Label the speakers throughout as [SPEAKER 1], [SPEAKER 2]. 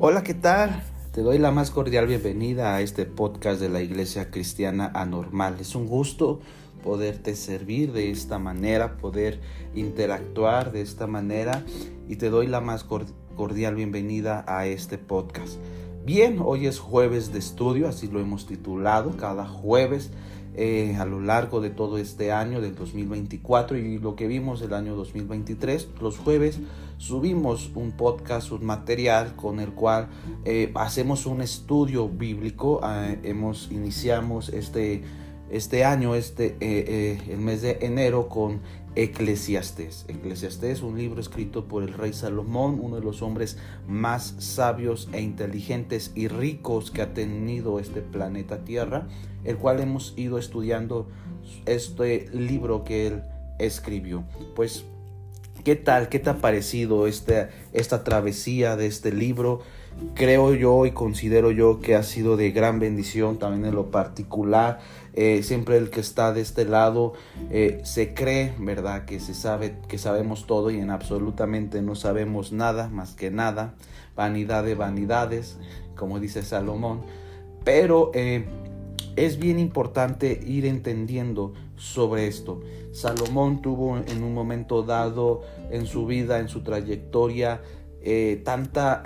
[SPEAKER 1] Hola, ¿qué tal? Te doy la más cordial bienvenida a este podcast de la Iglesia Cristiana Anormal. Es un gusto poderte servir de esta manera, poder interactuar de esta manera, y te doy la más cordial bienvenida a este podcast. Bien, hoy es jueves de estudio, así lo hemos titulado, cada jueves a lo largo de todo este año del 2024 y lo que vimos del año 2023. Los jueves subimos un podcast, un material con el cual hacemos un estudio bíblico. Iniciamos este año, el mes de enero, con Eclesiastés. Eclesiastés, un libro escrito por el rey Salomón, uno de los hombres más sabios e inteligentes y ricos que ha tenido este planeta Tierra, el cual hemos ido estudiando este libro que él escribió. Pues, ¿qué tal? ¿Qué te ha parecido esta travesía de este libro? Creo yo y considero yo que ha sido de gran bendición también en lo particular. Siempre el que está de este lado se cree, ¿verdad?, que se sabe, que sabemos todo, y en absolutamente no sabemos nada, más que nada. Vanidad de vanidades, como dice Salomón. Pero es bien importante ir entendiendo sobre esto. Salomón tuvo en un momento dado en su vida, en su trayectoria, tanta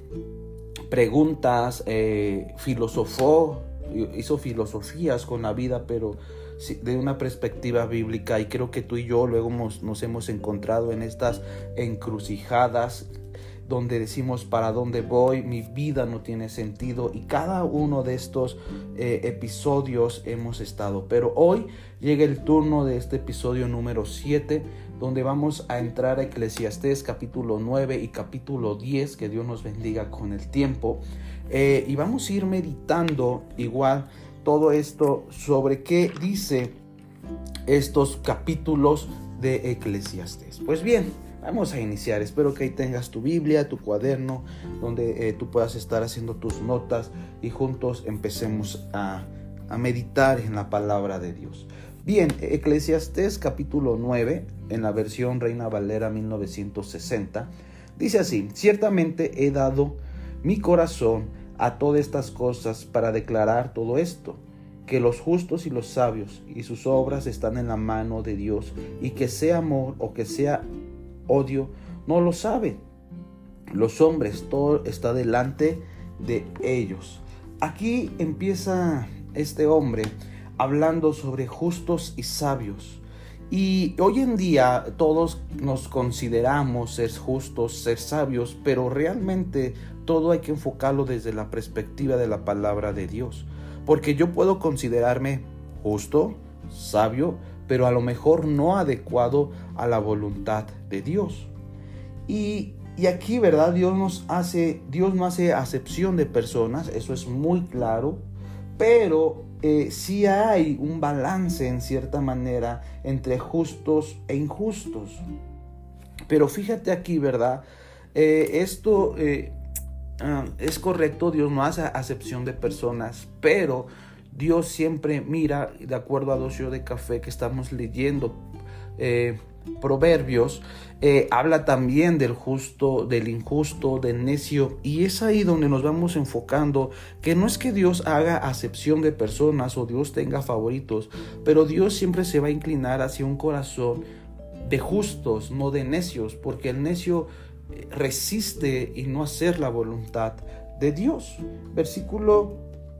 [SPEAKER 1] preguntas, filosofó, hizo filosofías con la vida, pero de una perspectiva bíblica, y creo que tú y yo luego nos hemos encontrado en estas encrucijadas donde decimos: ¿para dónde voy? Mi vida no tiene sentido, y cada uno de estos episodios hemos estado. Pero hoy llega el turno de este episodio número 7, donde vamos a entrar a Eclesiastés capítulo 9 y capítulo 10, que Dios nos bendiga con el tiempo, y vamos a ir meditando igual todo esto sobre qué dice estos capítulos de Eclesiastés. Pues bien, vamos a iniciar. Espero que ahí tengas tu Biblia, tu cuaderno, donde tú puedas estar haciendo tus notas y juntos empecemos a meditar en la palabra de Dios. Bien, Eclesiastés capítulo 9, en la versión Reina Valera 1960, dice así: ciertamente he dado mi corazón a todas estas cosas para declarar todo esto, que los justos y los sabios y sus obras están en la mano de Dios, y que sea amor o que sea odio no lo saben los hombres, todo está delante de ellos. Aquí empieza este hombre hablando sobre justos y sabios, y hoy en día todos nos consideramos ser justos, ser sabios, pero realmente todo hay que enfocarlo desde la perspectiva de la palabra de Dios, porque yo puedo considerarme justo, sabio, pero a lo mejor no adecuado a la voluntad de Dios. Y aquí, ¿verdad? Dios no hace acepción de personas, eso es muy claro, pero sí hay un balance en cierta manera entre justos e injustos. Pero fíjate aquí, ¿verdad? Esto es correcto, Dios no hace acepción de personas, pero Dios siempre mira, de acuerdo a Docio de Café que estamos leyendo, Proverbios, habla también del justo, del injusto, del necio, y es ahí donde nos vamos enfocando, que no es que Dios haga acepción de personas o Dios tenga favoritos, pero Dios siempre se va a inclinar hacia un corazón de justos, no de necios, porque el necio resiste y no hacer la voluntad de Dios. Versículo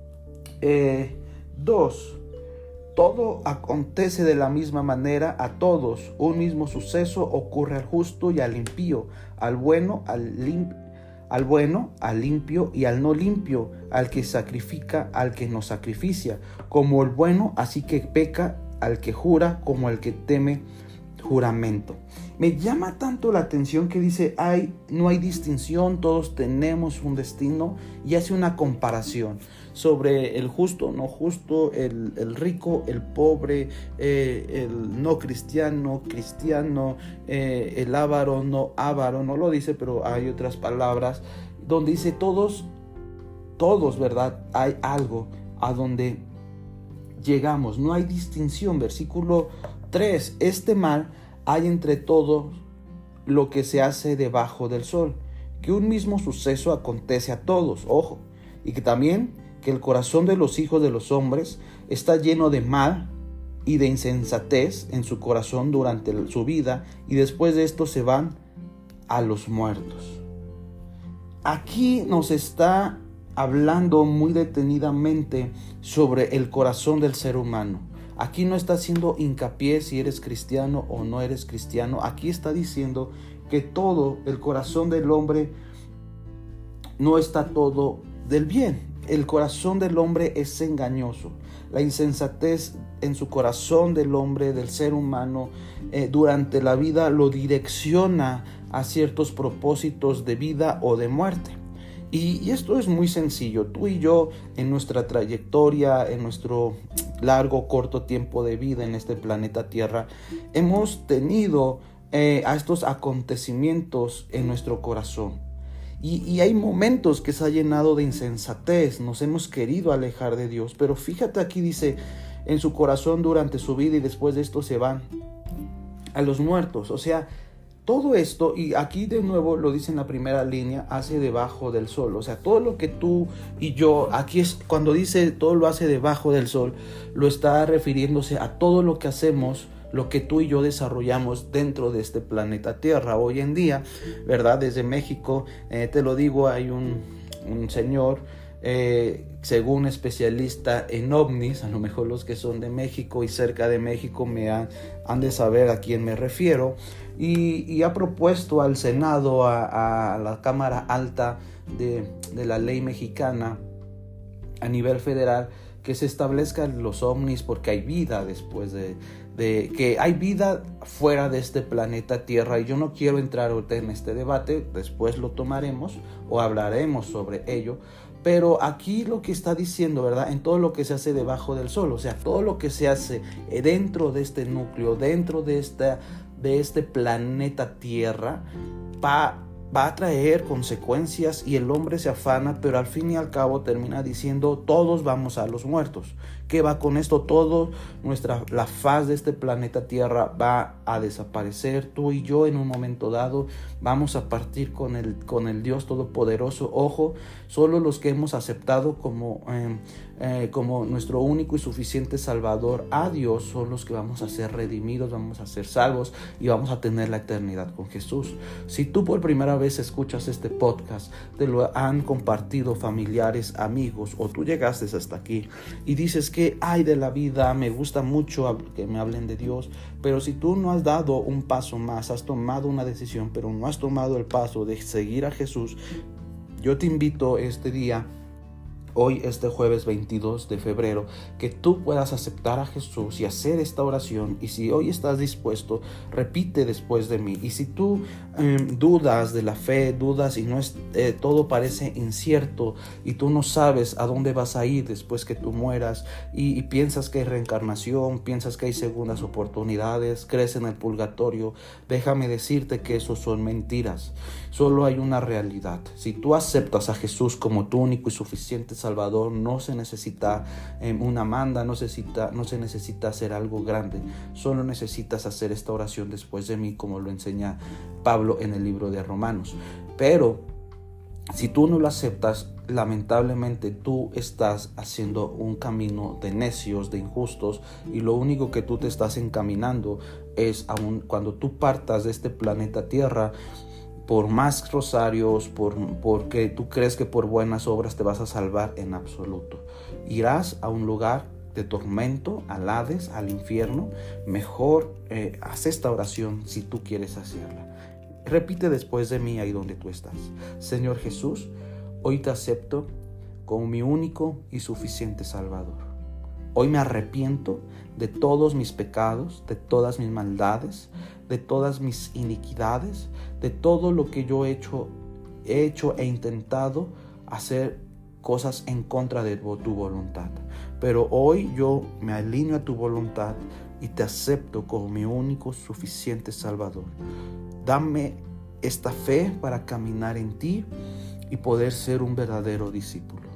[SPEAKER 1] 2: todo acontece de la misma manera a todos, un mismo suceso ocurre al justo y al impío, al bueno, al limpio y al no limpio, al que sacrifica, al que no sacrifica, como el bueno, así que peca, al que jura, como el que teme juramento. Me llama tanto la atención que dice: no hay distinción, todos tenemos un destino, y hace una comparación sobre el justo, no justo, el rico, el pobre, el no cristiano, el avaro, no lo dice, pero hay otras palabras donde dice todos, ¿verdad? Hay algo a donde llegamos, no hay distinción. Versículo 3: este mal hay entre todo lo que se hace debajo del sol, que un mismo suceso acontece a todos, ojo, y que también que el corazón de los hijos de los hombres está lleno de mal y de insensatez en su corazón durante su vida, y después de esto se van a los muertos. Aquí nos está hablando muy detenidamente sobre el corazón del ser humano. Aquí no está haciendo hincapié si eres cristiano o no eres cristiano. Aquí está diciendo que todo el corazón del hombre no está todo del bien. El corazón del hombre es engañoso. La insensatez en su corazón del hombre, del ser humano, durante la vida lo direcciona a ciertos propósitos de vida o de muerte. Y esto es muy sencillo. Tú y yo, en nuestra trayectoria, en nuestro largo, corto tiempo de vida en este planeta Tierra, hemos tenido a estos acontecimientos en nuestro corazón. Y hay momentos que se ha llenado de insensatez, nos hemos querido alejar de Dios, pero fíjate aquí dice, en su corazón durante su vida y después de esto se van a los muertos. O sea, todo esto, y aquí de nuevo lo dice en la primera línea, hace debajo del sol. O sea, todo lo que tú y yo, aquí es cuando dice todo lo hace debajo del sol, lo está refiriéndose a todo lo que hacemos, lo que tú y yo desarrollamos dentro de este planeta Tierra. Hoy en día, ¿verdad? Desde México, te lo digo, hay un señor, según especialista en ovnis, a lo mejor los que son de México y cerca de México han de saber a quién me refiero, y ha propuesto al Senado, a la Cámara Alta de la ley mexicana a nivel federal, que se establezcan los ovnis, porque hay vida después de que hay vida fuera de este planeta Tierra, y yo no quiero entrar ahorita en este debate, después lo tomaremos o hablaremos sobre ello, pero aquí lo que está diciendo, ¿verdad? En todo lo que se hace debajo del sol, o sea, todo lo que se hace dentro de este núcleo, dentro de este planeta Tierra, va a traer consecuencias, y el hombre se afana, pero al fin y al cabo termina diciendo todos vamos a los muertos. ¿Qué va con esto? La faz de este planeta Tierra va a desaparecer. Tú y yo en un momento dado vamos a partir con el Dios Todopoderoso. Ojo, solo los que hemos aceptado como nuestro único y suficiente Salvador a Dios son los que vamos a ser redimidos, vamos a ser salvos y vamos a tener la eternidad con Jesús. Si tú por primera vez escuchas este podcast, te lo han compartido familiares, amigos, o tú llegaste hasta aquí y dices que hay de la vida, me gusta mucho que me hablen de Dios, pero si tú no has dado un paso más, has tomado una decisión, pero no has tomado el paso de seguir a Jesús, yo te invito este día, hoy, este jueves 22 de febrero, que tú puedas aceptar a Jesús y hacer esta oración. Y si hoy estás dispuesto, repite después de mí. Y si tú dudas de la fe, dudas y todo parece incierto, y tú no sabes a dónde vas a ir después que tú mueras, y piensas que hay reencarnación, piensas que hay segundas oportunidades, crees en el purgatorio, déjame decirte que eso son mentiras. Solo hay una realidad. Si tú aceptas a Jesús como tu único y suficiente Salvador, no se necesita una manda, no se necesita hacer algo grande, solo necesitas hacer esta oración después de mí, como lo enseña Pablo en el libro de Romanos. Pero si tú no lo aceptas, lamentablemente tú estás haciendo un camino de necios, de injustos, y lo único que tú te estás encaminando es, aun cuando tú partas de este planeta Tierra, por más rosarios, porque tú crees que por buenas obras te vas a salvar, en absoluto. Irás a un lugar de tormento, al Hades, al infierno. Mejor haz esta oración si tú quieres hacerla. Repite después de mí ahí donde tú estás. Señor Jesús, hoy te acepto como mi único y suficiente Salvador. Hoy me arrepiento de todos mis pecados, de todas mis maldades, de todas mis iniquidades, de todo lo que yo he hecho e intentado hacer cosas en contra de tu voluntad. Pero hoy yo me alineo a tu voluntad y te acepto como mi único suficiente Salvador. Dame esta fe para caminar en ti y poder ser un verdadero discípulo.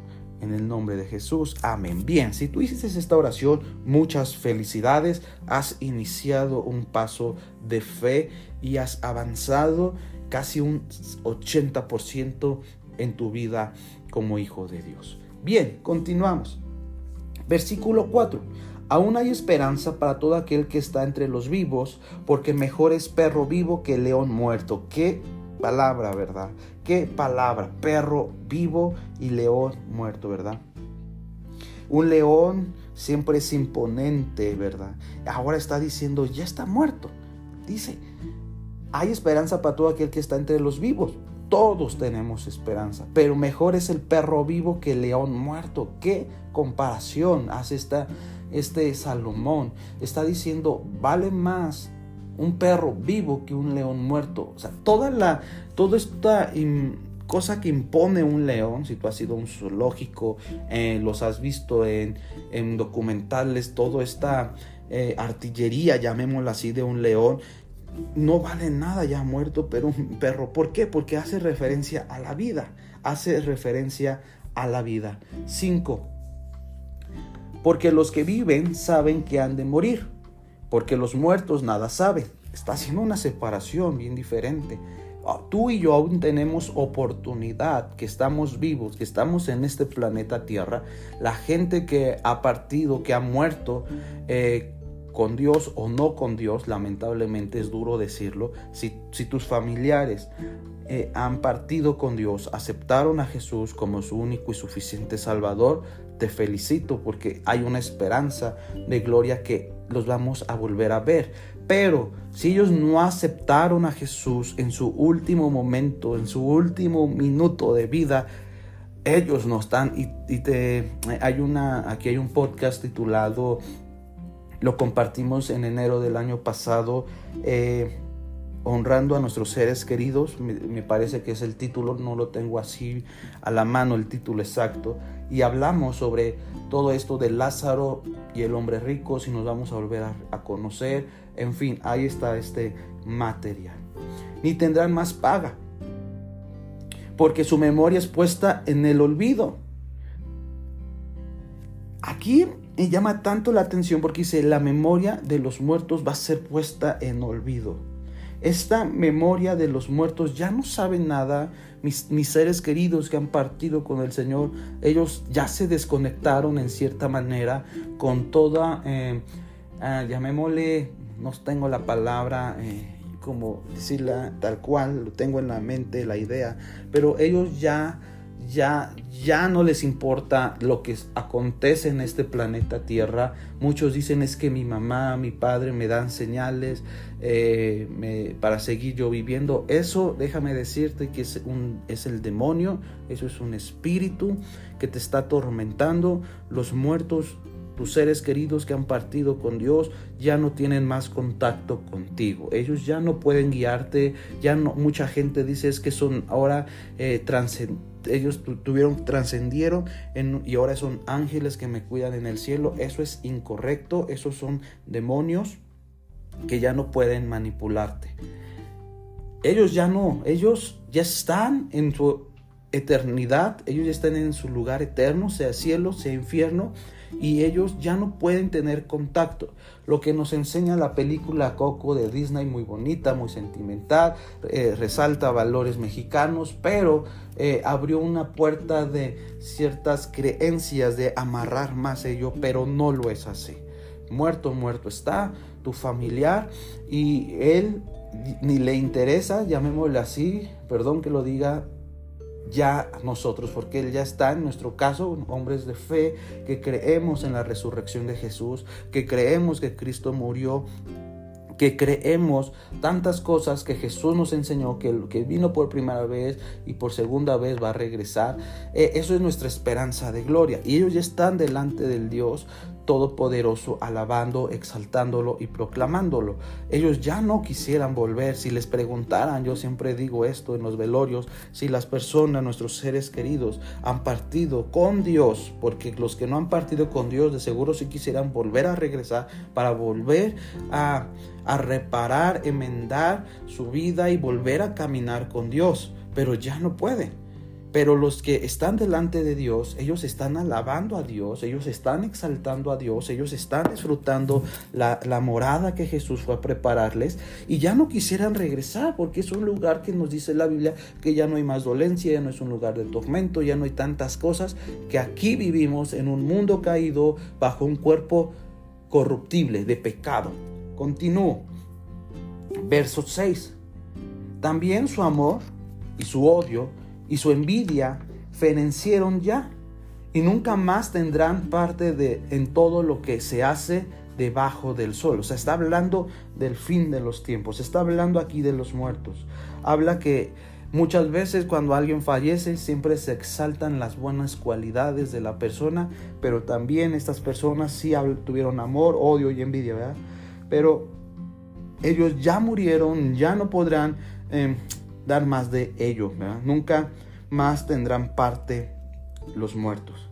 [SPEAKER 1] en el nombre de Jesús. Amén. Bien, si tú hiciste esta oración, muchas felicidades. Has iniciado un paso de fe y has avanzado casi un 80% en tu vida como hijo de Dios. Bien, continuamos. Versículo 4. Aún hay esperanza para todo aquel que está entre los vivos, porque mejor es perro vivo que león muerto. Qué palabra, ¿verdad? Qué palabra, perro vivo y león muerto, ¿verdad? Un león siempre es imponente, ¿verdad? Ahora está diciendo, ya está muerto. Dice, hay esperanza para todo aquel que está entre los vivos. Todos tenemos esperanza, pero mejor es el perro vivo que el león muerto. ¿Qué comparación hace este Salomón? Está diciendo, vale más un perro vivo que un león muerto. O sea, toda esta cosa que impone un león, si tú has ido a un zoológico, los has visto en documentales, toda esta artillería, llamémosla así, de un león, no vale nada ya muerto, pero un perro. ¿Por qué? Porque hace referencia a la vida. Hace referencia a la vida. 5. Porque los que viven saben que han de morir, porque los muertos nada saben. Está haciendo una separación bien diferente. Tú y yo aún tenemos oportunidad, que estamos vivos, que estamos en este planeta Tierra. La gente que ha partido, que ha muerto, con Dios o no con Dios, lamentablemente es duro decirlo, si tus familiares han partido con Dios, aceptaron a Jesús como su único y suficiente Salvador, te felicito porque hay una esperanza de gloria que los vamos a volver a ver. Pero si ellos no aceptaron a Jesús en su último momento, en su último minuto de vida, ellos no están. Aquí hay un podcast titulado, lo compartimos en enero del año pasado, honrando a nuestros seres queridos. Me parece que es el título, no lo tengo así a la mano el título exacto, y hablamos sobre todo esto de Lázaro y el hombre rico, si nos vamos a volver a conocer. En fin, ahí está este material. Ni tendrán más paga, porque su memoria es puesta en el olvido. Aquí me llama tanto la atención porque dice, la memoria de los muertos va a ser puesta en olvido. Esta memoria de los muertos ya no saben nada. Mis seres queridos que han partido con el Señor, ellos ya se desconectaron en cierta manera con toda, llamémosle, no tengo la palabra, como decirla tal cual, lo tengo en la mente, la idea, pero ellos ya no les importa lo que acontece en este planeta Tierra. Muchos dicen, es que mi mamá, mi padre me dan señales para seguir yo viviendo. Eso, déjame decirte que es el demonio. Eso es un espíritu que te está atormentando. Los muertos, tus seres queridos que han partido con Dios, ya no tienen más contacto contigo. Ellos ya no pueden guiarte. Mucha gente dice es que son ahora ellos trascendieron y ahora son ángeles que me cuidan en el cielo. Eso es incorrecto. Esos son demonios que ya no pueden manipularte. Ellos ya están en su eternidad. Ellos ya están en su lugar eterno, sea cielo, sea infierno, y ellos ya no pueden tener contacto. Lo que nos enseña la película Coco de Disney, muy bonita, muy sentimental, resalta valores mexicanos, pero abrió una puerta de ciertas creencias de amarrar más ello, pero no lo es así. Muerto está tu familiar y él ni le interesa, llamémosle así, perdón que lo diga, ya nosotros, porque Él ya está, en nuestro caso, hombres de fe, que creemos en la resurrección de Jesús, que creemos que Cristo murió, que creemos tantas cosas que Jesús nos enseñó, que vino por primera vez y por segunda vez va a regresar. Eso es nuestra esperanza de gloria, y ellos ya están delante del Dios Todopoderoso, alabando, exaltándolo y proclamándolo. Ellos ya no quisieran volver. Si les preguntaran, yo siempre digo esto en los velorios, si las personas, nuestros seres queridos, han partido con Dios, porque los que no han partido con Dios de seguro sí quisieran volver a regresar para volver a reparar, enmendar su vida y volver a caminar con Dios, pero ya no pueden. Pero los que están delante de Dios, ellos están alabando a Dios, ellos están exaltando a Dios, ellos están disfrutando la morada que Jesús fue a prepararles y ya no quisieran regresar, porque es un lugar que nos dice la Biblia que ya no hay más dolencia, ya no es un lugar de tormento, ya no hay tantas cosas, que aquí vivimos en un mundo caído bajo un cuerpo corruptible de pecado. Continúo. Verso 6. También su amor y su odio y su envidia fenecieron ya, y nunca más tendrán parte en todo lo que se hace debajo del sol. O sea, está hablando del fin de los tiempos, está hablando aquí de los muertos. Habla que muchas veces cuando alguien fallece siempre se exaltan las buenas cualidades de la persona, pero también estas personas sí tuvieron amor, odio y envidia, ¿verdad? Pero ellos ya murieron, ya no podrán dar más de ello, ¿verdad? Nunca más tendrán parte los muertos.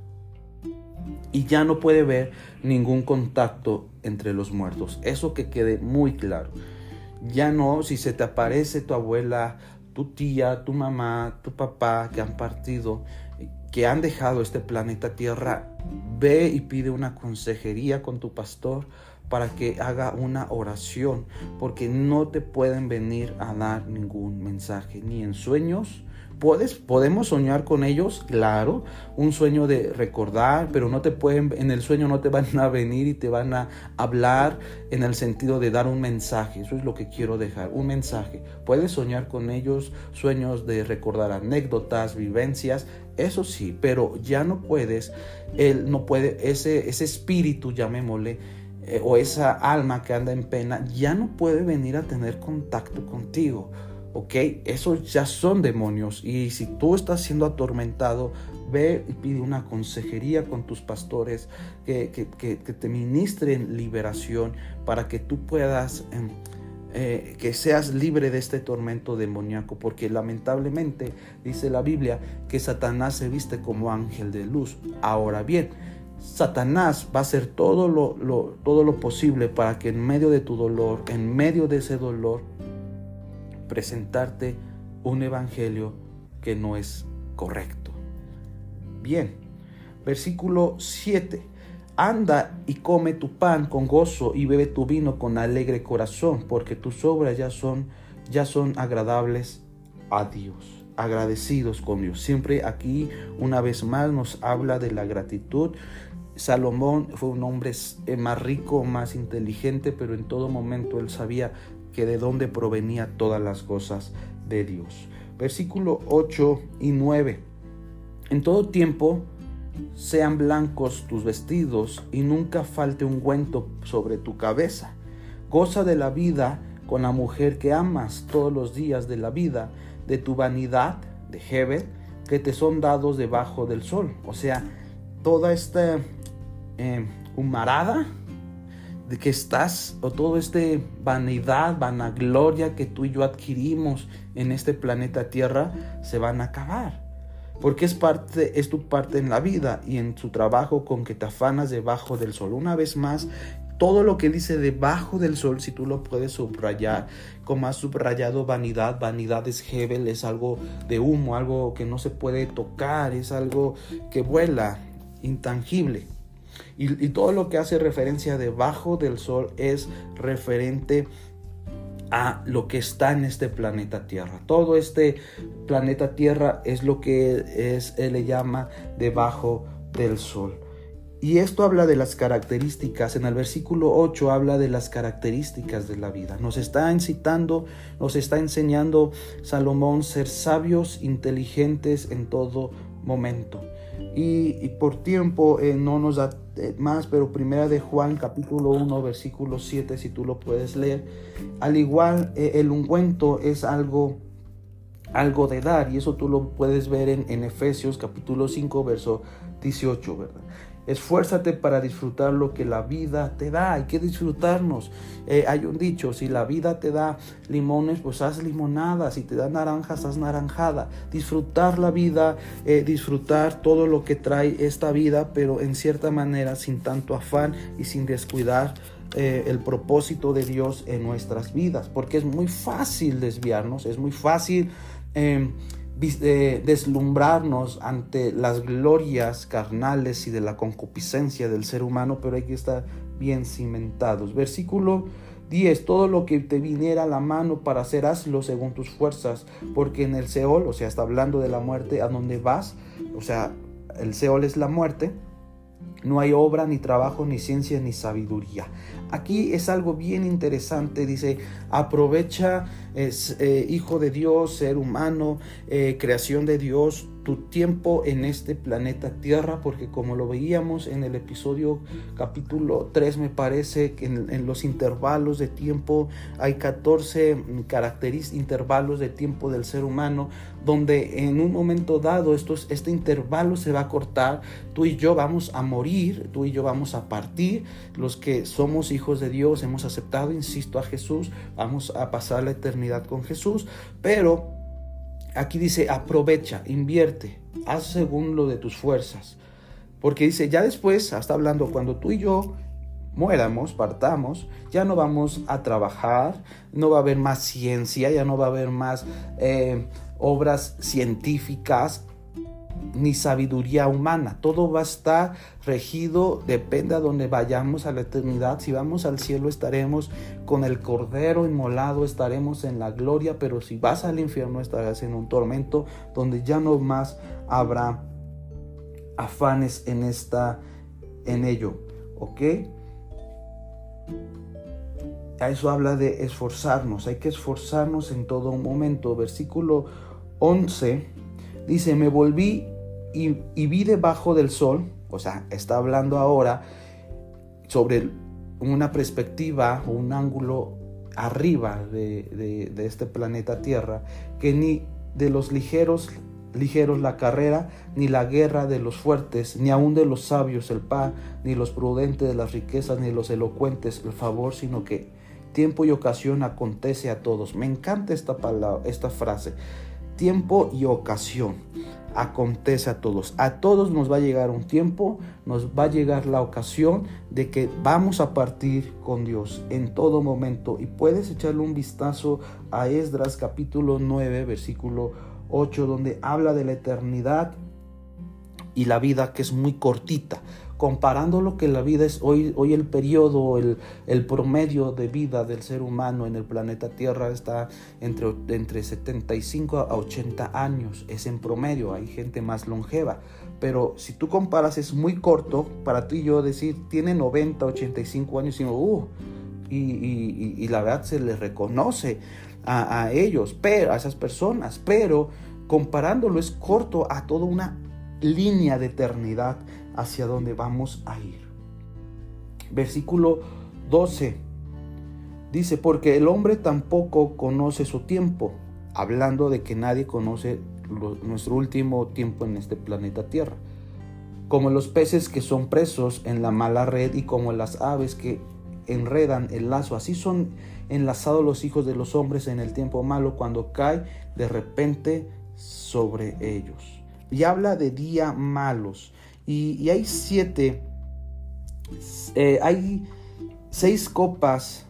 [SPEAKER 1] Y ya no puede haber ningún contacto entre los muertos. Eso que quede muy claro. Ya no, si se te aparece tu abuela, tu tía, tu mamá, tu papá que han partido, que han dejado este planeta Tierra, ve y pide una consejería con tu pastor para que haga una oración, porque no te pueden venir a dar ningún mensaje, ni en sueños. Podemos soñar con ellos, claro, un sueño de recordar, pero en el sueño no te van a venir y te van a hablar en el sentido de dar un mensaje. Eso es lo que quiero dejar, un mensaje. Puedes soñar con ellos, sueños de recordar anécdotas, vivencias, eso sí, pero ya no puedes, él no puede, ese espíritu, llamémosle, o esa alma que anda en pena, ya no puede venir a tener contacto contigo. ¿Ok? Esos ya son demonios, y si tú estás siendo atormentado, ve y pide una consejería con tus pastores que te ministren liberación para que tú puedas que seas libre de este tormento demoníaco, porque lamentablemente dice la Biblia que Satanás se viste como ángel de luz. Ahora bien, Satanás va a hacer todo lo posible para que en medio de tu dolor, en medio de ese dolor, presentarte un evangelio que no es correcto. Bien, versículo 7. Anda y come tu pan con gozo y bebe tu vino con alegre corazón, porque tus obras ya son agradables a Dios, agradecidos con Dios. Siempre aquí una vez más nos habla de la gratitud. Salomón fue un hombre más rico, más inteligente, pero en todo momento él sabía que de dónde provenía todas las cosas de Dios. Versículo 8 y 9. En todo tiempo sean blancos tus vestidos y nunca falte ungüento sobre tu cabeza. Goza de la vida con la mujer que amas todos los días de la vida, de tu vanidad, de Jebel, que te son dados debajo del sol. O sea, toda esta humarada de que estás, o todo vanagloria que tú y yo adquirimos en este planeta Tierra, se van a acabar, porque es tu parte en la vida y en tu trabajo con que te afanas debajo del sol. Una vez más, todo lo que dice debajo del sol, si tú lo puedes subrayar, como has subrayado vanidad es Jebel, es algo de humo, algo que no se puede tocar, es algo que vuela, intangible. Y todo lo que hace referencia debajo del sol es referente a lo que está en este planeta Tierra. Todo este planeta Tierra es lo que él le llama debajo del sol. Y esto habla de las características. En el versículo 8 habla de las características de la vida. Nos está incitando, nos está enseñando Salomón ser sabios, inteligentes en todo momento. Y por tiempo no nos da más, pero primera de Juan capítulo 1 versículo 7, si tú lo puedes leer. Al igual el ungüento es algo de dar, y eso tú lo puedes ver en Efesios capítulo 5 verso 18, ¿verdad? Esfuérzate para disfrutar lo que la vida te da. Hay que disfrutarnos. Hay un dicho: si la vida te da limones, pues haz limonada. Si te da naranjas, haz naranjada. Disfrutar la vida, disfrutar todo lo que trae esta vida, pero en cierta manera sin tanto afán y sin descuidar el propósito de Dios en nuestras vidas, porque es muy fácil desviarnos, es muy fácil deslumbrarnos ante las glorias carnales y de la concupiscencia del ser humano, pero hay que estar bien cimentados. Versículo 10: todo lo que te viniera a la mano para hacer, hazlo según tus fuerzas, porque en el Seol, o sea, está hablando de la muerte, a donde vas, o sea, el Seol es la muerte, no hay obra, ni trabajo, ni ciencia, ni sabiduría. Aquí es algo bien interesante. Dice, aprovecha, hijo de Dios, ser humano, creación de Dios, tu tiempo en este planeta Tierra, porque como lo veíamos en el episodio capítulo 3, me parece que en los intervalos de tiempo hay 14 intervalos de tiempo del ser humano, donde en un momento dado este intervalo se va a cortar. Tú y yo vamos a morir, tú y yo vamos a partir. Los que somos hijos de Dios, hemos aceptado, insisto, a Jesús, vamos a pasar la eternidad con Jesús, pero aquí dice, aprovecha, invierte, haz según lo de tus fuerzas. Porque dice, ya después, está hablando, cuando tú y yo muéramos, partamos, ya no vamos a trabajar, no va a haber más ciencia, ya no va a haber más obras científicas, ni sabiduría humana. Todo va a estar regido, depende a donde vayamos a la eternidad. Si vamos al cielo, estaremos con el Cordero inmolado, estaremos en la gloria, pero si vas al infierno, estarás en un tormento donde ya no más habrá afanes en ello. ¿Ok? A eso habla de esforzarnos. Hay que esforzarnos en todo momento. Versículo 11 dice, me volví y vi debajo del sol, o sea, está hablando ahora sobre una perspectiva o un ángulo arriba de este planeta Tierra, que ni de los ligeros la carrera, ni la guerra de los fuertes, ni aun de los sabios el pan, ni los prudentes de las riquezas, ni los elocuentes el favor, sino que tiempo y ocasión acontece a todos. Me encanta esta frase. Tiempo y ocasión acontece a todos. A todos nos va a llegar un tiempo, nos va a llegar la ocasión de que vamos a partir con Dios en todo momento. Y puedes echarle un vistazo a Esdras capítulo 9, versículo 8, donde habla de la eternidad y la vida, que es muy cortita. Comparando lo que la vida es hoy el periodo, el promedio de vida del ser humano en el planeta Tierra está entre 75 a 80 años, es en promedio. Hay gente más longeva, pero si tú comparas es muy corto para tú y yo decir, tiene 90, 85 años y la verdad se les reconoce a ellos, pero a esas personas, pero comparándolo es corto a toda una línea de eternidad hacia donde vamos a ir. Versículo 12 dice, porque el hombre tampoco conoce su tiempo, hablando de que nadie conoce nuestro último tiempo en este planeta Tierra, como los peces que son presos en la mala red y como las aves que enredan el lazo, así son enlazados los hijos de los hombres en el tiempo malo, cuando cae de repente sobre ellos. Y habla de días malos. Y hay seis copas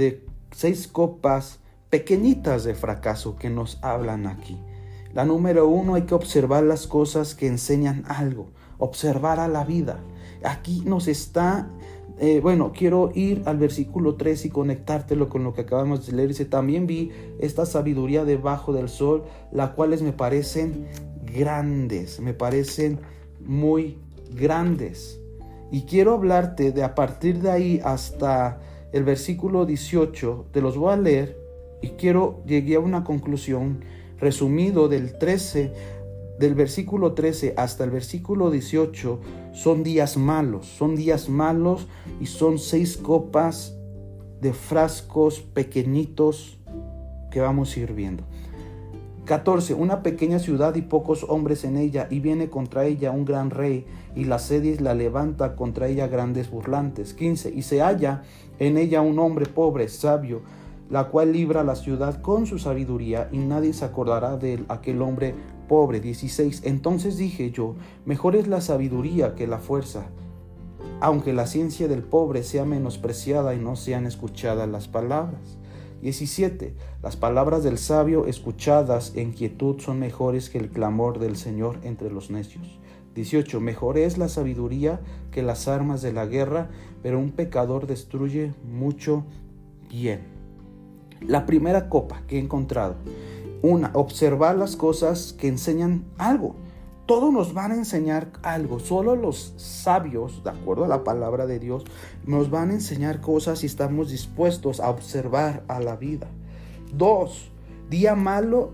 [SPEAKER 1] pequeñitas de fracaso que nos hablan aquí. La número 1, hay que observar las cosas que enseñan algo, observar a la vida. Aquí nos está, quiero ir al versículo 3 y conectártelo con lo que acabamos de leer. Dice, también vi esta sabiduría debajo del sol, las cuales me parecen grandes, me parecen muy grandes. Y quiero hablarte de a partir de ahí hasta el versículo 18, te los voy a leer y llegué a una conclusión resumido del versículo 13 hasta el versículo 18, son días malos y son 6 copas de frascos pequeñitos que vamos a ir viendo. 14, una pequeña ciudad y pocos hombres en ella, y viene contra ella un gran rey, y la sede la levanta contra ella grandes burlantes. 15, y se halla en ella un hombre pobre, sabio, la cual libra la ciudad con su sabiduría, y nadie se acordará de aquel hombre pobre. 16, entonces dije yo, mejor es la sabiduría que la fuerza, aunque la ciencia del pobre sea menospreciada y no sean escuchadas las palabras. 17. Las palabras del sabio escuchadas en quietud son mejores que el clamor del Señor entre los necios. 18. Mejor es la sabiduría que las armas de la guerra, pero un pecador destruye mucho bien. La primera copa que he encontrado. Observar las cosas que enseñan algo. Todos nos van a enseñar algo. Solo los sabios, de acuerdo a la palabra de Dios, nos van a enseñar cosas si estamos dispuestos a observar a la vida. 2. Día malo,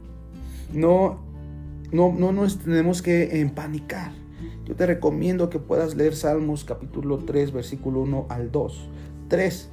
[SPEAKER 1] no nos tenemos que empanicar. Yo te recomiendo que puedas leer Salmos capítulo 3, versículo 1 al 2. 3.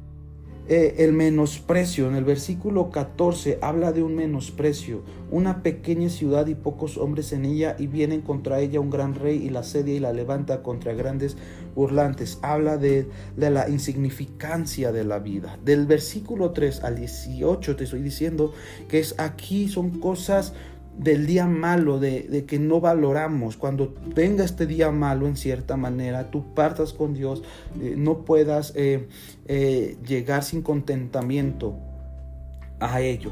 [SPEAKER 1] El menosprecio. En el versículo 14 habla de un menosprecio. Una pequeña ciudad y pocos hombres en ella, y vienen contra ella un gran rey y la asedia y la levanta contra grandes burlantes. Habla de la insignificancia de la vida. Del versículo 3 al 18 te estoy diciendo que aquí son cosas del día malo, de que no valoramos. Cuando venga este día malo, en cierta manera, tú partas con Dios, no puedas llegar sin contentamiento a ello.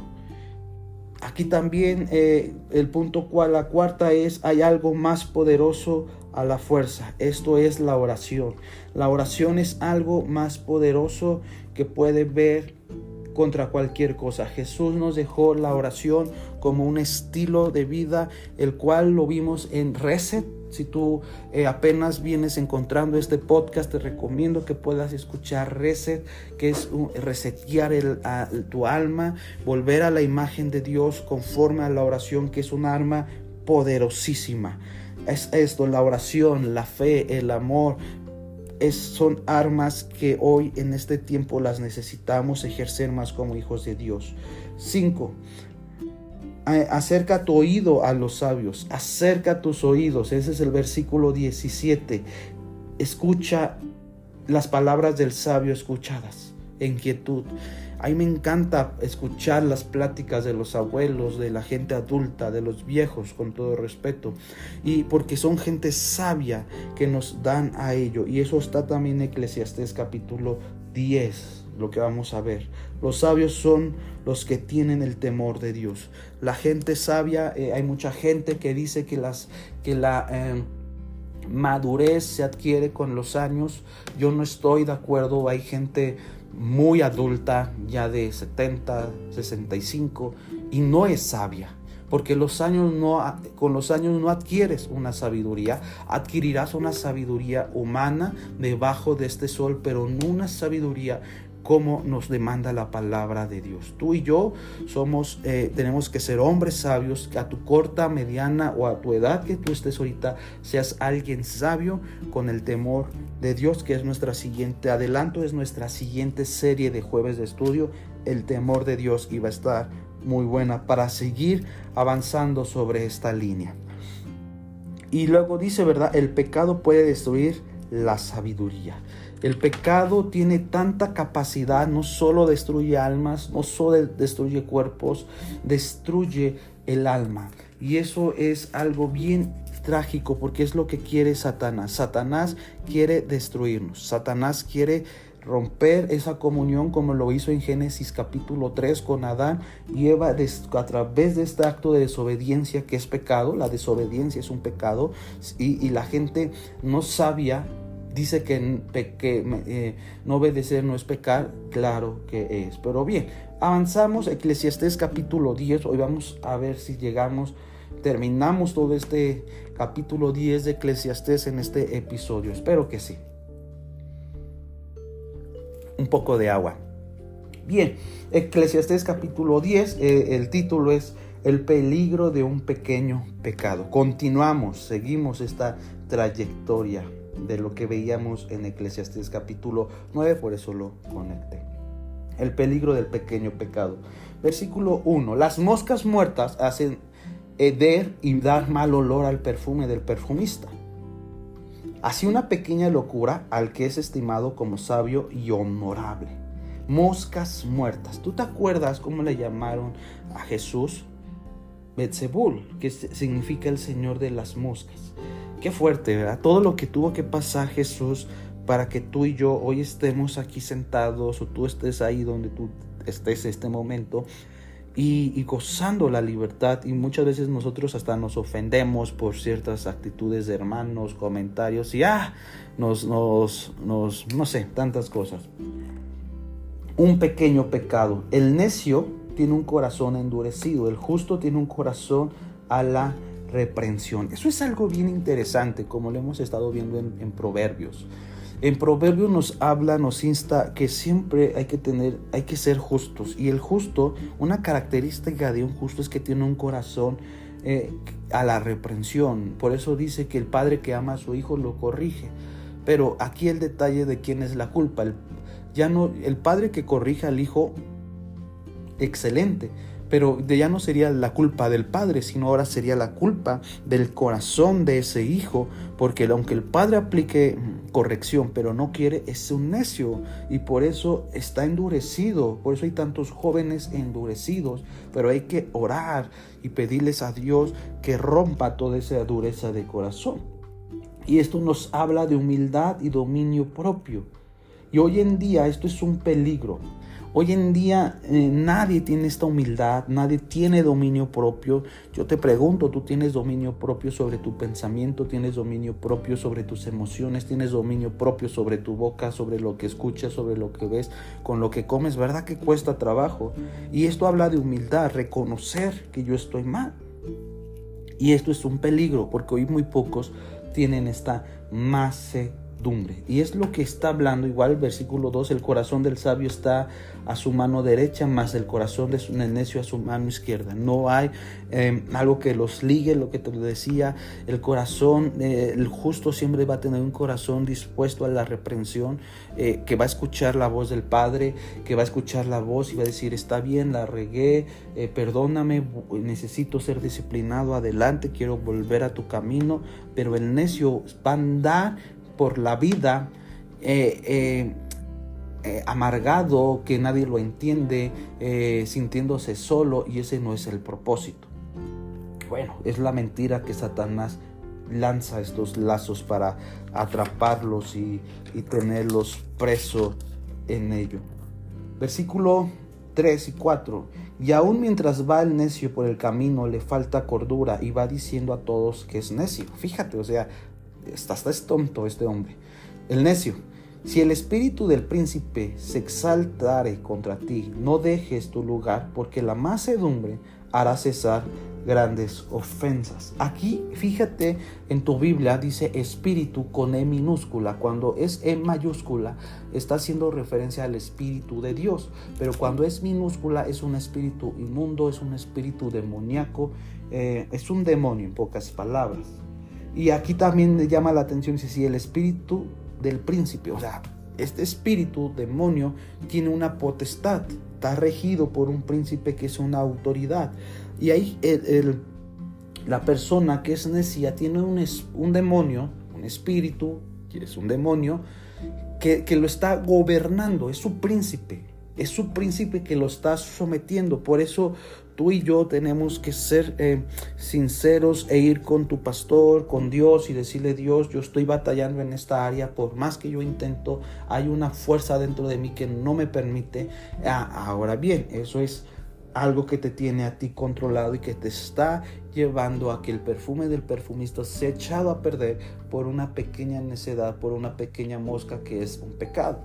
[SPEAKER 1] Aquí también el punto la cuarta es: hay algo más poderoso a la fuerza. Esto es la oración. La oración es algo más poderoso que puede ver contra cualquier cosa. Jesús nos dejó la oración como un estilo de vida, el cual lo vimos en Reset. Si tú apenas vienes encontrando este podcast, te recomiendo que puedas escuchar Reset, que es resetear tu alma, volver a la imagen de Dios conforme a la oración, que es un arma poderosísima. Es esto, la oración, la fe, el amor. Son armas que hoy en este tiempo las necesitamos ejercer más como hijos de Dios. 5. Acerca tu oído a los sabios. Acerca tus oídos. Ese es el versículo 17. Escucha las palabras del sabio escuchadas en quietud. A mí me encanta escuchar las pláticas de los abuelos, de la gente adulta, de los viejos, con todo respeto, y porque son gente sabia que nos dan a ello. Y eso está también en Eclesiastés capítulo 10, lo que vamos a ver. Los sabios son los que tienen el temor de Dios. La gente sabia, hay mucha gente que dice que la madurez se adquiere con los años. Yo no estoy de acuerdo. Hay gente muy adulta, ya de 70, 65, y no es sabia, porque con los años no adquieres una sabiduría. Adquirirás una sabiduría humana debajo de este sol, pero no una sabiduría como nos demanda la palabra de Dios. Tú y yo tenemos que ser hombres sabios, que a tu corta, mediana o a tu edad que tú estés ahorita, seas alguien sabio con el temor de Dios, que es nuestra siguiente serie de jueves de estudio. El temor de Dios, y va a estar muy buena para seguir avanzando sobre esta línea. Y luego dice, ¿verdad? El pecado puede destruir la sabiduría. El pecado tiene tanta capacidad, no solo destruye almas, no solo destruye cuerpos, destruye el alma. Y eso es algo bien trágico, porque es lo que quiere Satanás. Satanás quiere destruirnos. Satanás quiere romper esa comunión, como lo hizo en Génesis capítulo 3 con Adán y Eva, a través de este acto de desobediencia que es pecado. La desobediencia es un pecado, y la gente no sabia dice que no obedecer no es pecar. Claro que es. Pero bien, avanzamos. Eclesiastés capítulo 10. Hoy vamos a ver si terminamos todo este capítulo 10 de Eclesiastés en este episodio. Espero que sí. Un poco de agua. Bien, Eclesiastés capítulo 10, el título es El peligro de un pequeño pecado. Seguimos esta trayectoria de lo que veíamos en Eclesiastés capítulo 9, por eso lo conecté. El peligro del pequeño pecado. Versículo 1. Las moscas muertas hacen heder y dar mal olor al perfume del perfumista. Así una pequeña locura al que es estimado como sabio y honorable. Moscas muertas. ¿Tú te acuerdas cómo le llamaron a Jesús? Betzebul, que significa el Señor de las moscas. Qué fuerte, ¿verdad? Todo lo que tuvo que pasar Jesús para que tú y yo hoy estemos aquí sentados, o tú estés ahí donde tú estés en este momento, y gozando la libertad. Y muchas veces nosotros hasta nos ofendemos por ciertas actitudes de hermanos, comentarios, y no sé, tantas cosas. Un pequeño pecado. El necio tiene un corazón endurecido, el justo tiene un corazón a la reprensión. Eso es algo bien interesante, como lo hemos estado viendo en Proverbios. En Proverbios nos insta que siempre hay que ser justos. Y el justo, una característica de un justo es que tiene un corazón a la reprensión. Por eso dice que el padre que ama a su hijo lo corrige. Pero aquí el detalle de quién es la culpa. El padre que corrige al hijo, excelente, pero ya no sería la culpa del padre, sino ahora sería la culpa del corazón de ese hijo, porque aunque el padre aplique corrección, pero no quiere, es un necio, y por eso está endurecido. Por eso hay tantos jóvenes endurecidos, pero hay que orar y pedirles a Dios que rompa toda esa dureza de corazón. Y esto nos habla de humildad y dominio propio. Y hoy en día esto es un peligro. Hoy en día nadie tiene esta humildad, nadie tiene dominio propio. Yo te pregunto, ¿tú tienes dominio propio sobre tu pensamiento? ¿Tienes dominio propio sobre tus emociones? ¿Tienes dominio propio sobre tu boca, sobre lo que escuchas, sobre lo que ves, con lo que comes? ¿Verdad que cuesta trabajo? Y esto habla de humildad, reconocer que yo estoy mal. Y esto es un peligro, porque hoy muy pocos tienen esta macedumbre. Y es lo que está hablando igual el versículo 2, el corazón del sabio está a su mano derecha, más el corazón del necio a su mano izquierda. No hay algo que los ligue, lo que te decía, el corazón, el justo siempre va a tener un corazón dispuesto a la reprensión, que va a escuchar la voz del Padre, que va a escuchar la voz y va a decir, está bien, la regué, perdóname, necesito ser disciplinado, adelante, quiero volver a tu camino. Pero el necio va a andar por la vida amargado, que nadie lo entiende, sintiéndose solo, y ese no es el propósito. Bueno, es la mentira que Satanás lanza estos lazos para atraparlos y tenerlos presos en ello. Versículo 3 y 4. Y aún mientras va el necio por el camino, le falta cordura y va diciendo a todos que es necio. Fíjate, o sea, hasta es tonto este hombre. El necio: si el espíritu del príncipe se exaltare contra ti, no dejes tu lugar, porque la mansedumbre hará cesar grandes ofensas. Aquí, fíjate, en tu Biblia dice espíritu con E minúscula. Cuando es E mayúscula, está haciendo referencia al Espíritu de Dios. Pero cuando es minúscula, es un espíritu inmundo, es un espíritu demoníaco, es un demonio, en pocas palabras. Y aquí también le llama la atención, dice, si el espíritu del príncipe, o sea, este espíritu demonio tiene una potestad, está regido por un príncipe que es una autoridad. Y ahí la persona que es necia tiene un demonio, un espíritu, que es un demonio, que lo está gobernando, es su príncipe que lo está sometiendo. Por eso tú y yo tenemos que ser sinceros e ir con tu pastor, con Dios, y decirle: Dios, yo estoy batallando en esta área, por más que yo intento, hay una fuerza dentro de mí que no me permite. Ahora bien, eso es algo que te tiene a ti controlado y que te está llevando a que el perfume del perfumista se ha echado a perder por una pequeña necedad, por una pequeña mosca que es un pecado.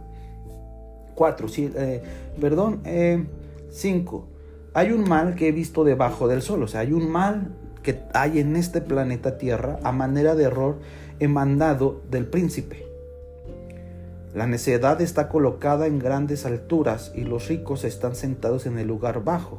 [SPEAKER 1] 5. Hay un mal que he visto debajo del sol. O sea, hay un mal que hay en este planeta Tierra a manera de error emanado del príncipe. La necedad está colocada en grandes alturas y los ricos están sentados en el lugar bajo.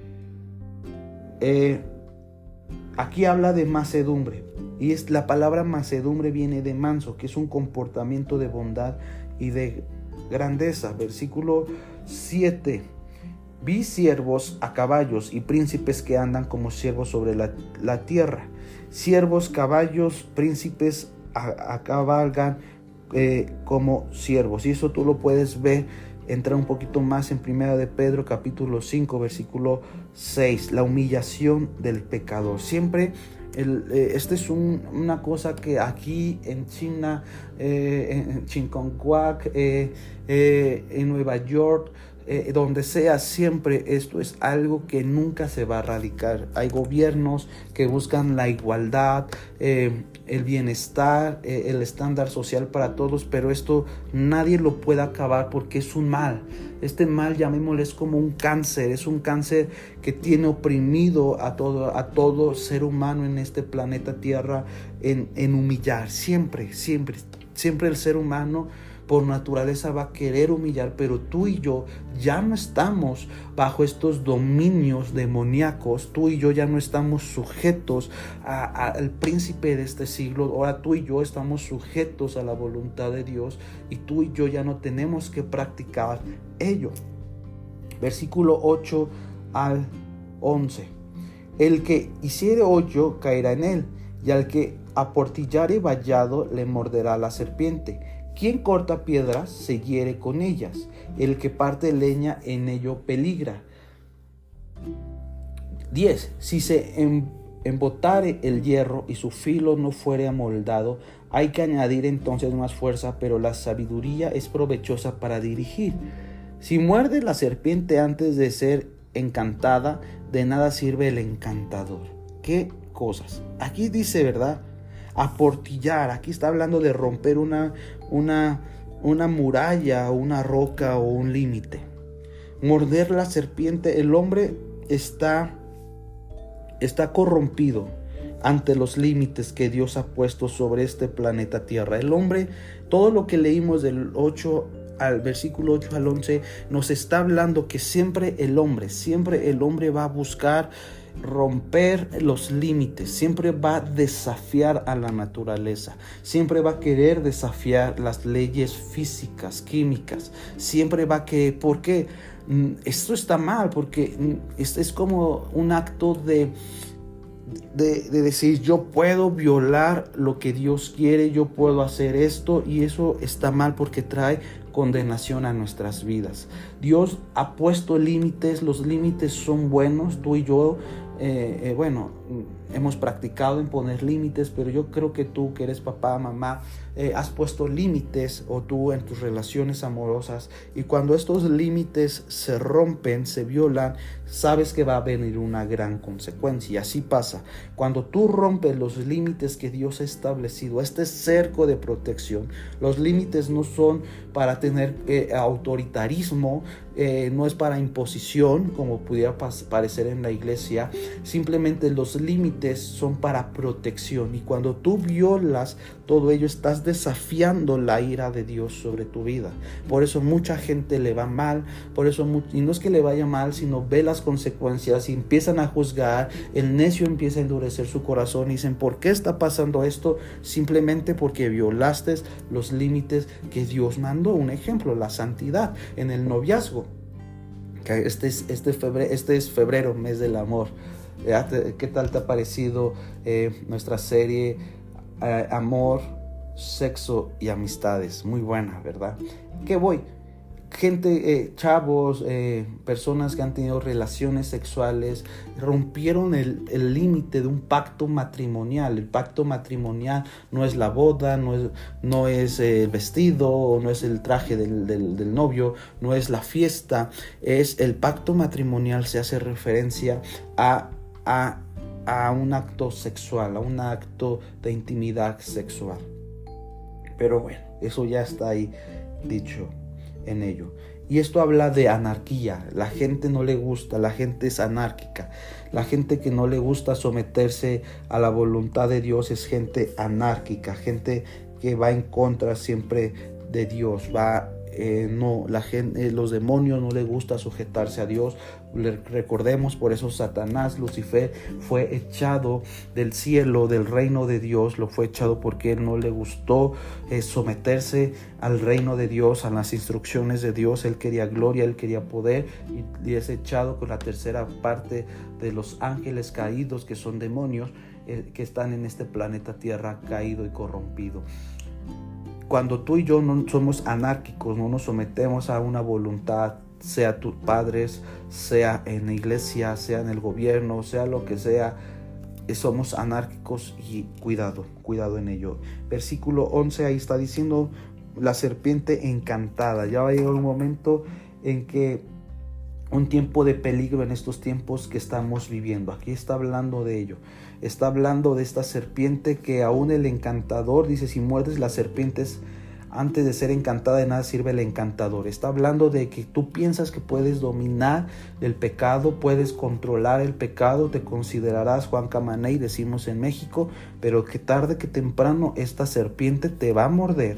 [SPEAKER 1] Aquí habla de mansedumbre, y la palabra mansedumbre viene de manso, que es un comportamiento de bondad y de grandeza. Versículo 7. Vi siervos a caballos y príncipes que andan como siervos sobre la tierra. Siervos, caballos, príncipes cabalgan como siervos. Y eso tú lo puedes ver, entrar un poquito más en 1 de Pedro capítulo 5 versículo 6. La humillación del pecador. Siempre esta es una cosa que aquí en China, en Chiconcuac, en Nueva York, donde sea, siempre esto es algo que nunca se va a erradicar. Hay gobiernos que buscan la igualdad, el bienestar, el estándar social para todos, pero esto nadie lo puede acabar porque es un mal. Este mal, llamémosle, es como un cáncer, es un cáncer que tiene oprimido a todo ser humano en este planeta Tierra en humillar. Siempre el ser humano por naturaleza va a querer humillar, pero tú y yo ya no estamos bajo estos dominios demoníacos. Tú y yo ya no estamos sujetos al príncipe de este siglo. Ahora tú y yo estamos sujetos a la voluntad de Dios, y tú y yo ya no tenemos que practicar ello. Versículo 8 al 11. El que hiciere hoyo caerá en él, y al que aportillare vallado le morderá la serpiente. Quien corta piedras se hiere con ellas, el que parte leña en ello peligra. 10. Si se embotare el hierro y su filo no fuere amoldado, hay que añadir entonces más fuerza, pero la sabiduría es provechosa para dirigir. Si muerde la serpiente antes de ser encantada, de nada sirve el encantador. ¿Qué cosas? Aquí dice, ¿verdad? Aportillar, aquí está hablando de romper una muralla, una roca o un límite. Morder la serpiente, el hombre está corrompido ante los límites que Dios ha puesto sobre este planeta Tierra. El hombre, todo lo que leímos del 8 al versículo 8 al 11, nos está hablando que siempre el hombre va a buscar romper los límites, siempre va a desafiar a la naturaleza, siempre va a querer desafiar las leyes físicas, químicas, siempre va a querer. ¿Por qué? Esto está mal, porque es como un acto de decir, yo puedo violar lo que Dios quiere, yo puedo hacer esto, y eso está mal porque trae condenación a nuestras vidas. Dios ha puesto límites, los límites son buenos. Tú y yo hemos practicado en poner límites, pero yo creo que tú, que eres papá, mamá, has puesto límites, o tú en tus relaciones amorosas, y cuando estos límites se rompen, se violan, sabes que va a venir una gran consecuencia. Y así pasa cuando tú rompes los límites que Dios ha establecido, este cerco de protección. Los límites no son para tener autoritarismo, no es para imposición como pudiera parecer en la iglesia. Simplemente los límites son para protección, y cuando tú violas todo ello, estás desafiando la ira de Dios sobre tu vida. Por eso mucha gente le va mal, y no es que le vaya mal, sino ve las consecuencias y empiezan a juzgar. El necio empieza a endurecer su corazón y dicen, ¿por qué está pasando esto? Simplemente porque violaste los límites que Dios mandó. Un ejemplo, la santidad en el noviazgo. Este es febrero, mes del amor. ¿Qué tal te ha parecido nuestra serie Amor, Sexo y Amistades? Muy buena, ¿verdad? ¿Qué voy? Gente, chavos, personas que han tenido relaciones sexuales, rompieron el límite de un pacto matrimonial. El pacto matrimonial no es la boda, no es el vestido, no es el traje del novio, no es la fiesta. Es el pacto matrimonial. Se hace referencia a un acto sexual, a un acto de intimidad sexual. Pero bueno, eso ya está ahí dicho en ello. Y esto habla de anarquía. La gente no le gusta, la gente es anárquica. La gente que no le gusta someterse a la voluntad de Dios es gente anárquica, gente que va en contra siempre de Dios. Los demonios no les gusta sujetarse a Dios. Recordemos, por eso Satanás, Lucifer, fue echado del cielo, del reino de Dios. Lo fue echado porque él no le gustó someterse al reino de Dios, a las instrucciones de Dios. Él quería gloria, él quería poder, y es echado con la tercera parte de los ángeles caídos, que son demonios, que están en este planeta Tierra caído y corrompido. Cuando tú y yo no somos anárquicos, no nos sometemos a una voluntad, sea tus padres, sea en la iglesia, sea en el gobierno, sea lo que sea, somos anárquicos, y cuidado en ello. Versículo 11, ahí está diciendo la serpiente encantada. Ya va a llegar un momento en que un tiempo de peligro en estos tiempos que estamos viviendo. Aquí está hablando de ello. Está hablando de esta serpiente que aún el encantador, dice, si muerdes las serpientes antes de ser encantada, de nada sirve el encantador. Está hablando de que tú piensas que puedes dominar el pecado, puedes controlar el pecado, te considerarás Juan Camaney, decimos en México, pero que tarde que temprano esta serpiente te va a morder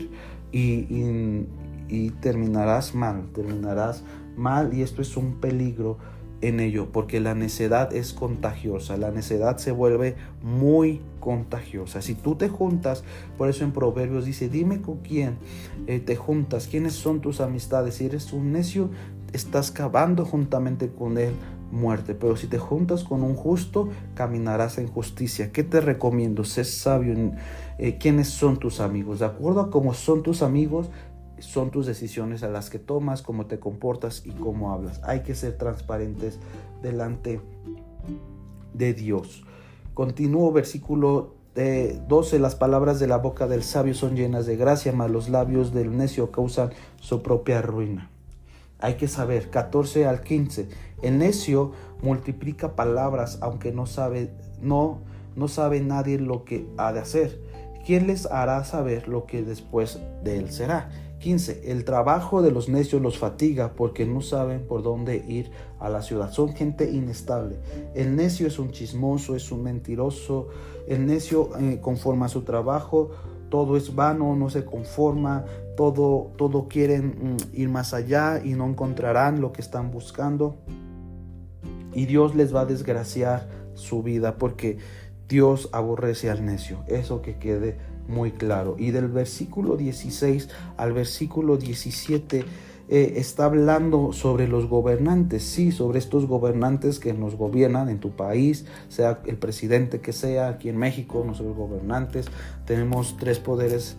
[SPEAKER 1] y terminarás mal, y esto es un peligro en ello, porque la necedad es contagiosa, la necedad se vuelve muy contagiosa. Si tú te juntas, por eso en Proverbios dice, dime con quién te juntas, quiénes son tus amistades. Si eres un necio, estás cavando juntamente con él muerte, pero si te juntas con un justo, caminarás en justicia. ¿Qué te recomiendo? Sé sabio en quiénes son tus amigos. De acuerdo a cómo son tus amigos, son tus decisiones a las que tomas, cómo te comportas y cómo hablas. Hay que ser transparentes delante de Dios. Continúo, versículo 12. Las palabras de la boca del sabio son llenas de gracia, mas los labios del necio causan su propia ruina. Hay que saber, 14 al 15. El necio multiplica palabras, aunque no sabe nadie lo que ha de hacer. ¿Quién les hará saber lo que después de él será? 15. El trabajo de los necios los fatiga porque no saben por dónde ir a la ciudad. Son gente inestable. El necio es un chismoso, es un mentiroso. El necio conforma su trabajo. Todo es vano, no se conforma. Todo quieren ir más allá y no encontrarán lo que están buscando. Y Dios les va a desgraciar su vida porque Dios aborrece al necio. Eso que quede muy claro. Y del versículo 16 al versículo 17 está hablando sobre los gobernantes, sí, sobre estos gobernantes que nos gobiernan en tu país, sea el presidente que sea. Aquí en México nosotros gobernantes tenemos tres poderes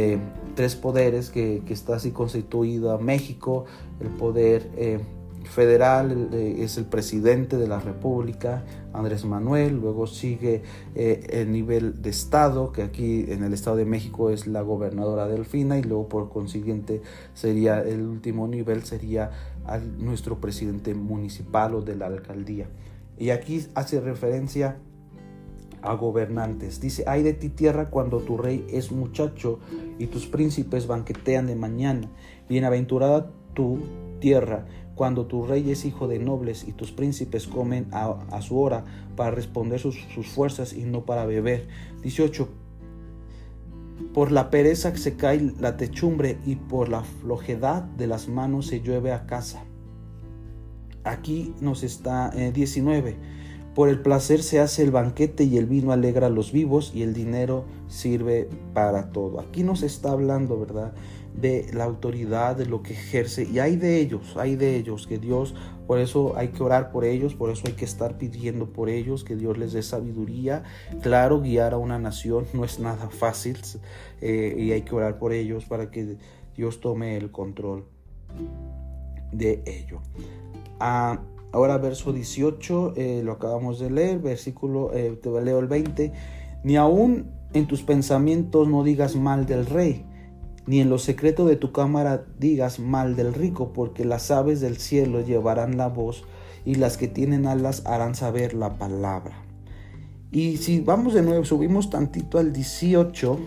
[SPEAKER 1] que está así constituido a México. El poder federal es el presidente de la República, Andrés Manuel. Luego sigue el nivel de estado, que aquí en el estado de México es la gobernadora Delfina, y luego por consiguiente sería el último nivel, sería nuestro presidente municipal o de la alcaldía. Y aquí hace referencia a gobernantes. Dice, ay de ti tierra cuando tu rey es muchacho y tus príncipes banquetean de mañana. Bienaventurada tu tierra cuando tu rey es hijo de nobles y tus príncipes comen a su hora para responder sus fuerzas y no para beber. 18. Por la pereza se cae la techumbre y por la flojedad de las manos se llueve a casa. Aquí nos está 19. Por el placer se hace el banquete y el vino alegra a los vivos y el dinero sirve para todo. Aquí nos está hablando, ¿verdad?, de la autoridad, de lo que ejerce, y hay de ellos que Dios, por eso hay que orar por ellos, por eso hay que estar pidiendo por ellos, que Dios les dé sabiduría. Claro, guiar a una nación no es nada fácil, y hay que orar por ellos para que Dios tome el control de ello. Ahora verso 18, lo acabamos de leer, versículo, te leo el 20. Ni aún en tus pensamientos no digas mal del rey, ni en lo secreto de tu cámara digas mal del rico, porque las aves del cielo llevarán la voz y las que tienen alas harán saber la palabra. Y si vamos de nuevo, subimos tantito al 18,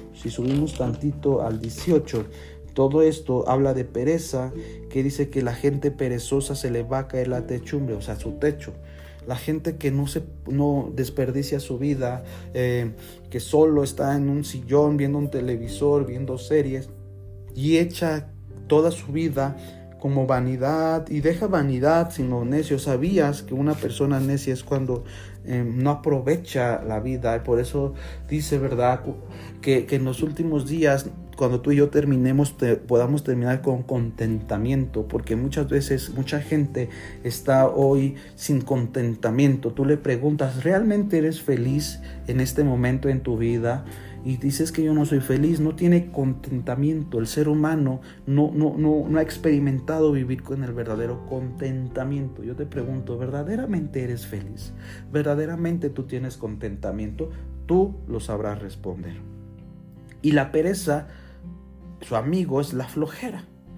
[SPEAKER 1] todo esto habla de pereza, que dice que la gente perezosa se le va a caer la techumbre, o sea, su techo. La gente que no desperdicia su vida, que solo está en un sillón viendo un televisor, viendo series, y echa toda su vida como vanidad, y deja vanidad sino necio. ¿Sabías que una persona necia es cuando no aprovecha la vida? Y por eso dice, ¿verdad?, que en los últimos días, cuando tú y yo terminemos, podamos terminar con contentamiento, porque muchas veces mucha gente está hoy sin contentamiento. Tú le preguntas, ¿realmente eres feliz en este momento en tu vida? Y dices que yo no soy feliz. No tiene contentamiento. El ser humano no ha experimentado vivir con el verdadero contentamiento. Yo te pregunto, ¿verdaderamente eres feliz? ¿Verdaderamente tú tienes contentamiento? Tú lo sabrás responder. Y la pereza, su amigo, es la flojera.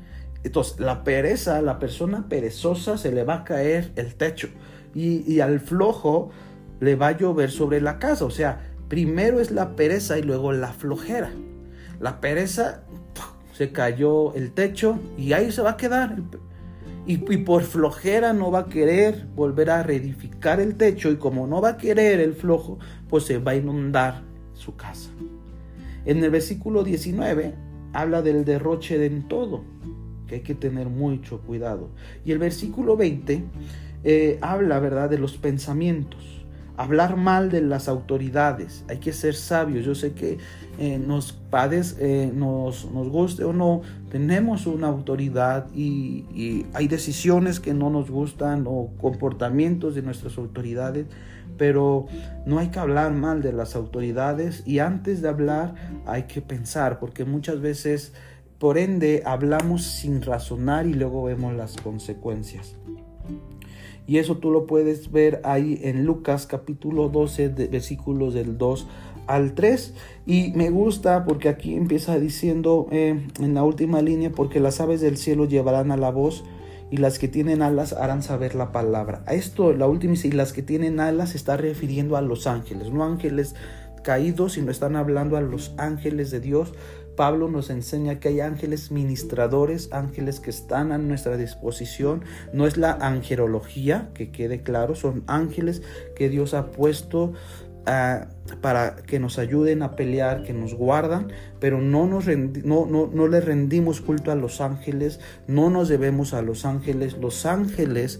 [SPEAKER 1] Entonces, la pereza, la persona perezosa se le va a caer el techo y al flojo le va a llover sobre la casa. O sea, primero es la pereza y luego la flojera. La pereza, se cayó el techo y ahí se va a quedar. Y por flojera no va a querer volver a reedificar el techo, y como no va a querer el flojo, pues se va a inundar su casa. En el versículo 19 habla del derroche en todo, que hay que tener mucho cuidado. Y el versículo 20 habla, ¿verdad?, de los pensamientos. Hablar mal de las autoridades, hay que ser sabios. Yo sé que nos guste o no, tenemos una autoridad y hay decisiones que no nos gustan o comportamientos de nuestras autoridades, pero no hay que hablar mal de las autoridades, y antes de hablar hay que pensar, porque muchas veces, por ende, hablamos sin razonar y luego vemos las consecuencias. Y eso tú lo puedes ver ahí en Lucas capítulo 12, versículos del 2 al 3. Y me gusta porque aquí empieza diciendo en la última línea: porque las aves del cielo llevarán a la voz, y las que tienen alas harán saber la palabra. A esto, la última dice, y las que tienen alas, se está refiriendo a los ángeles, no ángeles caídos, sino están hablando a los ángeles de Dios. Pablo nos enseña que hay ángeles ministradores, ángeles que están a nuestra disposición. No es la angelología, que quede claro, son ángeles que Dios ha puesto para que nos ayuden a pelear, que nos guardan, pero no le rendimos culto a los ángeles, no nos debemos a los ángeles. Los ángeles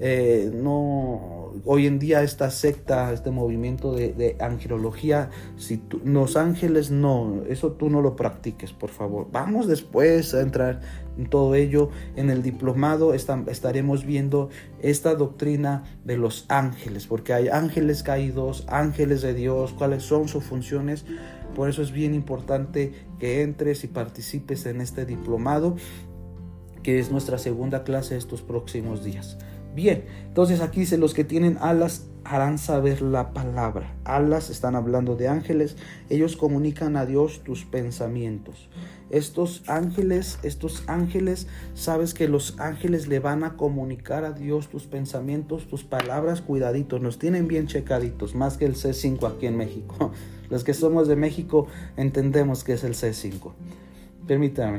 [SPEAKER 1] hoy en día esta secta, este movimiento de angelología, los ángeles no, eso tú no lo practiques, por favor. Vamos después a entrar en todo ello. En el diplomado estaremos viendo esta doctrina de los ángeles, porque hay ángeles caídos, ángeles de Dios, cuáles son sus funciones. Por eso es bien importante que entres y participes en este diplomado, que es nuestra segunda clase estos próximos días. Bien, entonces aquí dice: los que tienen alas harán saber la palabra. Alas, están hablando de ángeles. Ellos comunican a Dios tus pensamientos. Estos ángeles, sabes que los ángeles le van a comunicar a Dios tus pensamientos, tus palabras. Cuidaditos, nos tienen bien checaditos, más que el C5 aquí en México. Los que somos de México entendemos que es el C5. Permítanme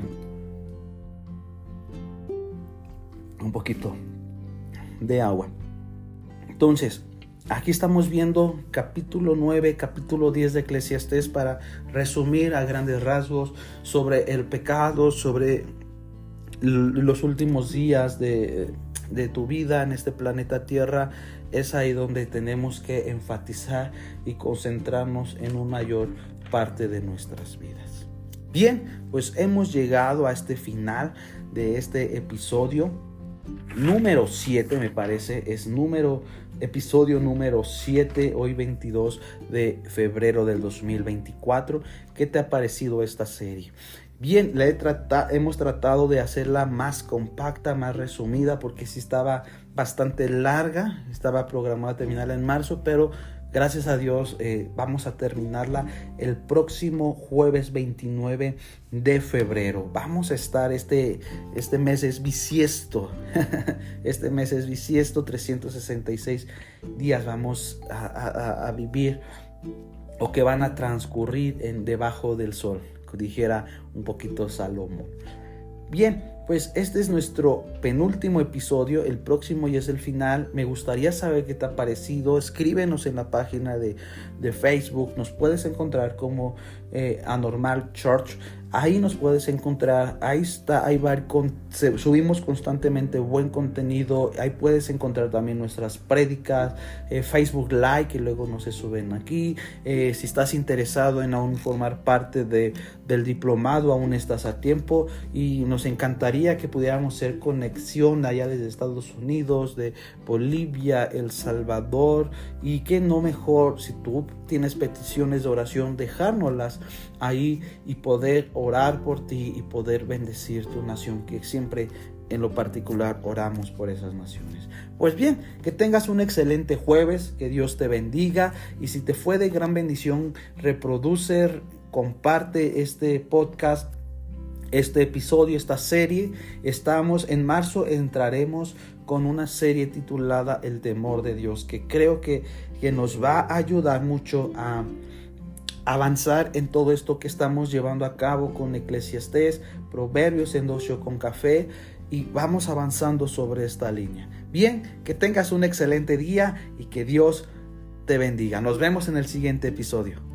[SPEAKER 1] un poquito de agua. Entonces, aquí estamos viendo capítulo 9, capítulo 10 de Eclesiastés, para resumir a grandes rasgos sobre el pecado, sobre los últimos días de tu vida en este planeta Tierra. Es ahí donde tenemos que enfatizar y concentrarnos en una mayor parte de nuestras vidas. Bien, pues hemos llegado a este final de este episodio número 7, me parece, episodio número 7, hoy 22 de febrero del 2024. ¿Qué te ha parecido esta serie? Bien, hemos tratado de hacerla más compacta, más resumida, porque sí estaba bastante larga. Estaba programada terminarla en marzo, pero gracias a Dios vamos a terminarla el próximo jueves 29 de febrero. Vamos a estar, este mes es bisiesto. Este mes es bisiesto, 366 días vamos a vivir, o que van a transcurrir debajo del sol, dijera un poquito Salomón. Bien, pues este es nuestro penúltimo episodio. El próximo ya es el final. Me gustaría saber qué te ha parecido. Escríbenos en la página de Facebook. Nos puedes encontrar como Anormal Church. Ahí nos puedes encontrar. Ahí subimos constantemente buen contenido. Ahí puedes encontrar también nuestras prédicas, Facebook Live, que luego no se suben aquí. Si estás interesado en aún formar parte del diplomado, aún estás a tiempo, y nos encantaría que pudiéramos hacer conexión allá desde Estados Unidos, de Bolivia, El Salvador, y que no mejor, si tú tienes peticiones de oración, dejárnoslas ahí y poder orar por ti y poder bendecir tu nación, que siempre en lo particular oramos por esas naciones. Pues bien, que tengas un excelente jueves, que Dios te bendiga, y si te fue de gran bendición, comparte este podcast este episodio, esta serie. Estamos en marzo, entraremos con una serie titulada El temor de Dios, que creo que nos va a ayudar mucho a avanzar en todo esto que estamos llevando a cabo con Eclesiastés, Proverbios, en Docio con Café, y vamos avanzando sobre esta línea. Bien, que tengas un excelente día y que Dios te bendiga. Nos vemos en el siguiente episodio.